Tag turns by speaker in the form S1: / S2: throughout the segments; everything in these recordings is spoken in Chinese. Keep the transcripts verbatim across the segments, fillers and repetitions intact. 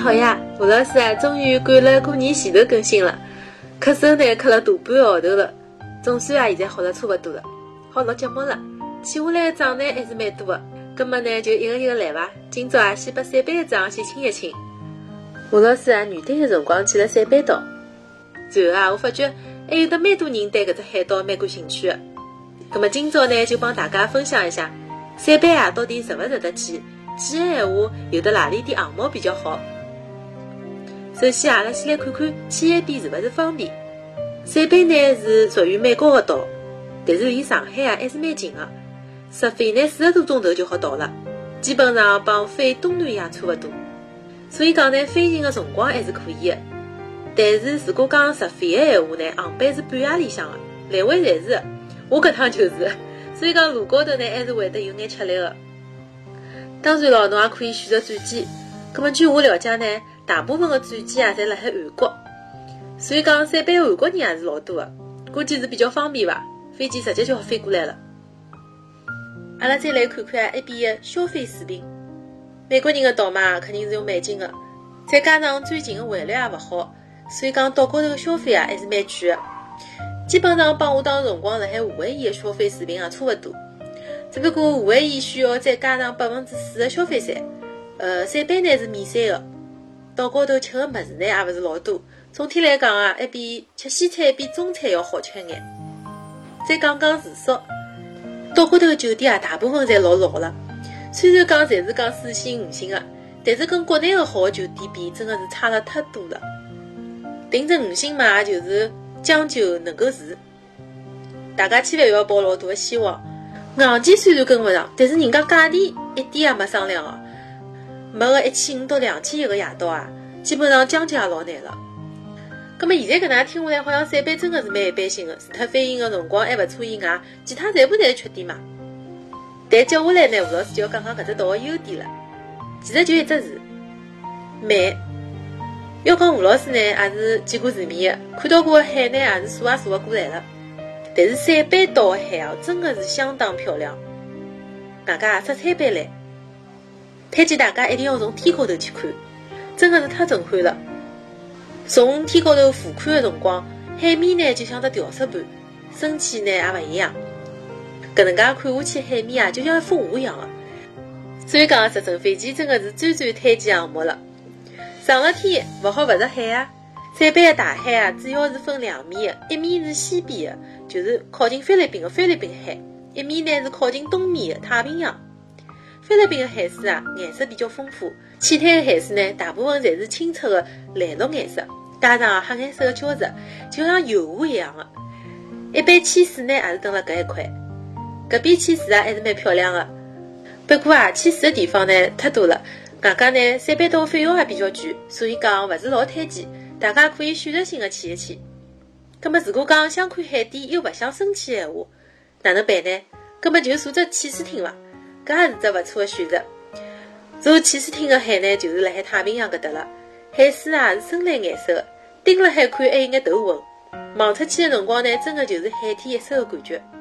S1: 好呀，吴老师啊，终于赶了过年前头更新了。咳嗽呢，咳了大半个号头了，总算啊，现在好了差不多了，好录节目了。欠下来的账呢还是蛮多的，葛么呢就一个一个来吧。今朝啊，先把三班的账先清一清。吴老师啊，元旦的辰光去了三班岛，然后啊，我发觉还有得蛮多人对搿只海岛蛮感兴趣的。葛么今朝呢，就帮大家分享一下三班啊到底值勿值得去，去的闲话有的哪里点项目比较好。首先阿拉先来看看去海边是勿是方便。三班呢是属于美国的岛，但是离上海啊还是蛮近的，直飞呢四个多钟头就好到了，基本上帮飞东南亚差不多。所以讲呢，飞行的辰光还是可以的。但是如果讲直飞的闲话呢，航班是半夜里向的，来回侪是的。我搿趟就是，所以讲路高头呢还是会得有眼吃力的。当然咯，侬也可以选择转机。葛么据我了解呢，大部分的转机啊侪辣海韩国，所以讲三班韩国人也是老多的，估计是比较方便吧，飞机直接就好飞过来了。阿拉再来看看啊，一边的消费水平。美国人的岛嘛，肯定是用美金的，再加上最近的汇率也勿好，所以讲岛高头的消费啊还是蛮贵的。基本上帮我当时辰光辣海夏威夷的消费水平也差不多，只不过夏威夷需要再加上百分之四的消费税。呃，三班呢是免税的，岛高头吃的物事呢也勿是老多。总体来讲啊，还比吃西餐比中餐要好吃眼。再讲讲住宿，岛高头的酒店啊，大部分侪老老了。虽然讲侪是讲四星五星的，但是跟国内的好的酒店比，真的是差了太多了。订只五星嘛，也就是将就能够住。大家千万不要抱老大的希望。硬件虽然跟不上，但是人家价钿一点也没商量哦。没个一千五到两千一个夜到啊，基本上将就也老难了。咁么现在搿能听下来，好像三班真的是蛮一般性的，除脱飞行的辰光还勿错以外，其他全部侪是缺点嘛。但接下来呢，吴老师就要讲讲搿只岛的优点了。其实就一只字，慢。要讲吴老师呢，也是见过世面的，看到过的海呢，也是数也数得过来了。但是三班岛的海啊，真的是相当漂亮。外加出三班来，推荐大家一定要从天高头去看，真的是太震撼了。从天高头俯瞰的辰光，海面呢就像只调色盘，深浅呢也勿一样。搿能介看下去，海面啊就像一幅画一样的。所以讲，直升飞机真的是最最推荐项目了。上了天勿好勿入海啊！三班的大海啊，主要是分两面的，一面是西边的，就是靠近菲律宾的菲律宾海；一面呢是靠近东面的太平洋。菲律宾的海水啊，颜色比较丰富，浅滩的海水呢，大部分侪是清澈的蓝绿颜色，加上黑颜色的礁石，就像油画一样的。一般签水呢，也是蹲辣搿一块。搿边签水啊，还是蛮漂亮的。不过啊，签水的地方呢太多了，外加呢三班岛费用也比较贵，所以讲勿是老推荐。大家可以选择性的去一去。葛么如果讲想看海底又勿想深潜的闲话，哪能办呢？葛么就坐只潜水艇伐，搿也是只勿错的选择。坐潜水艇的海呢，就是辣海太平洋搿搭了，海水啊是深蓝颜色的，盯辣海看还有眼头昏，望出去的辰光呢，真的就是海天一色的感觉。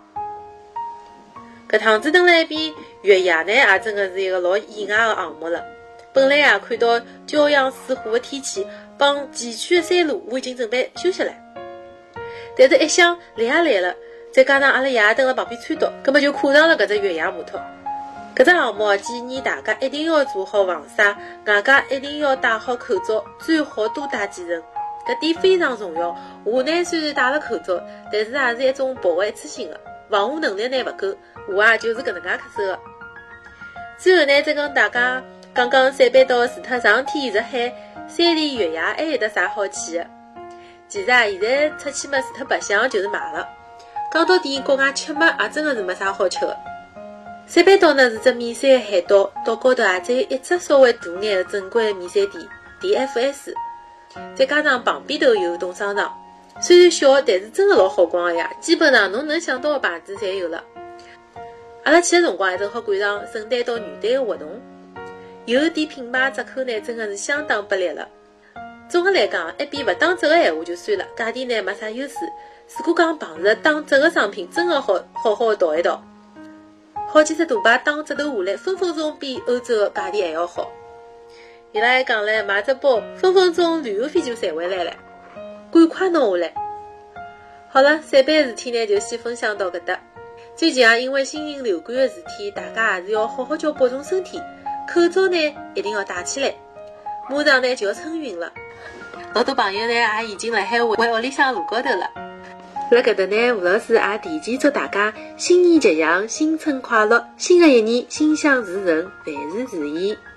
S1: 搿趟子蹲辣一边月夜呢，也真的是一个老意外的项目了。本来啊看到骄阳似火的天气帮崎岖的山路，我已经准备休息了。但是一想来也来了，再加上阿拉爷爷蹲辣旁边撺掇，葛末就跨上了搿只越野摩托。搿只项目建议大家一定要做好防晒，外加一定要戴好口罩，最好多戴几层，搿点非常重要。我呢虽然戴了口罩，但是也是一种保护一次性的，防护能力呢勿够，我啊就是搿能介咳嗽的。最后呢，再跟大家讲讲三班岛除脱上天入海，山里越野还有得啥好去的。其实啊，现在出去嘛，除脱白相就是买了。讲到底，国外吃嘛也真的是没啥好吃的。三班岛呢是只免税的海岛，岛高头啊只有一只稍微大眼的正规的免税店 D F S， 再加上旁边头有栋商场，虽然小，但是真的老好逛的呀，基本上侬能想到的牌子侪有了。阿拉去的辰光还正好赶上圣诞到元旦的活动，有点品牌折扣呢，真的是相当不利了。总的来讲，一笔勿打折的闲话就算了，价钿呢没啥优势。如果讲碰着打折的商品，真的好好好淘一淘。好几只大牌打折头下来，分分钟比欧洲的价钿还要好。 伊拉还讲唻，买只包分分钟旅游费就赚回来了，赶快拿下来。好了，上班事体呢就先分享到搿搭。最近啊，因为新型流感的事体，大家也是要好好叫保重身体，口罩呢一定要戴起来。马上呢就要春运了，老多朋友呢也已经辣海回屋里向路高头了。辣搿搭呢，吴老师也提前祝大家新年吉祥，新春快乐，新的一年心想事成，万事如意。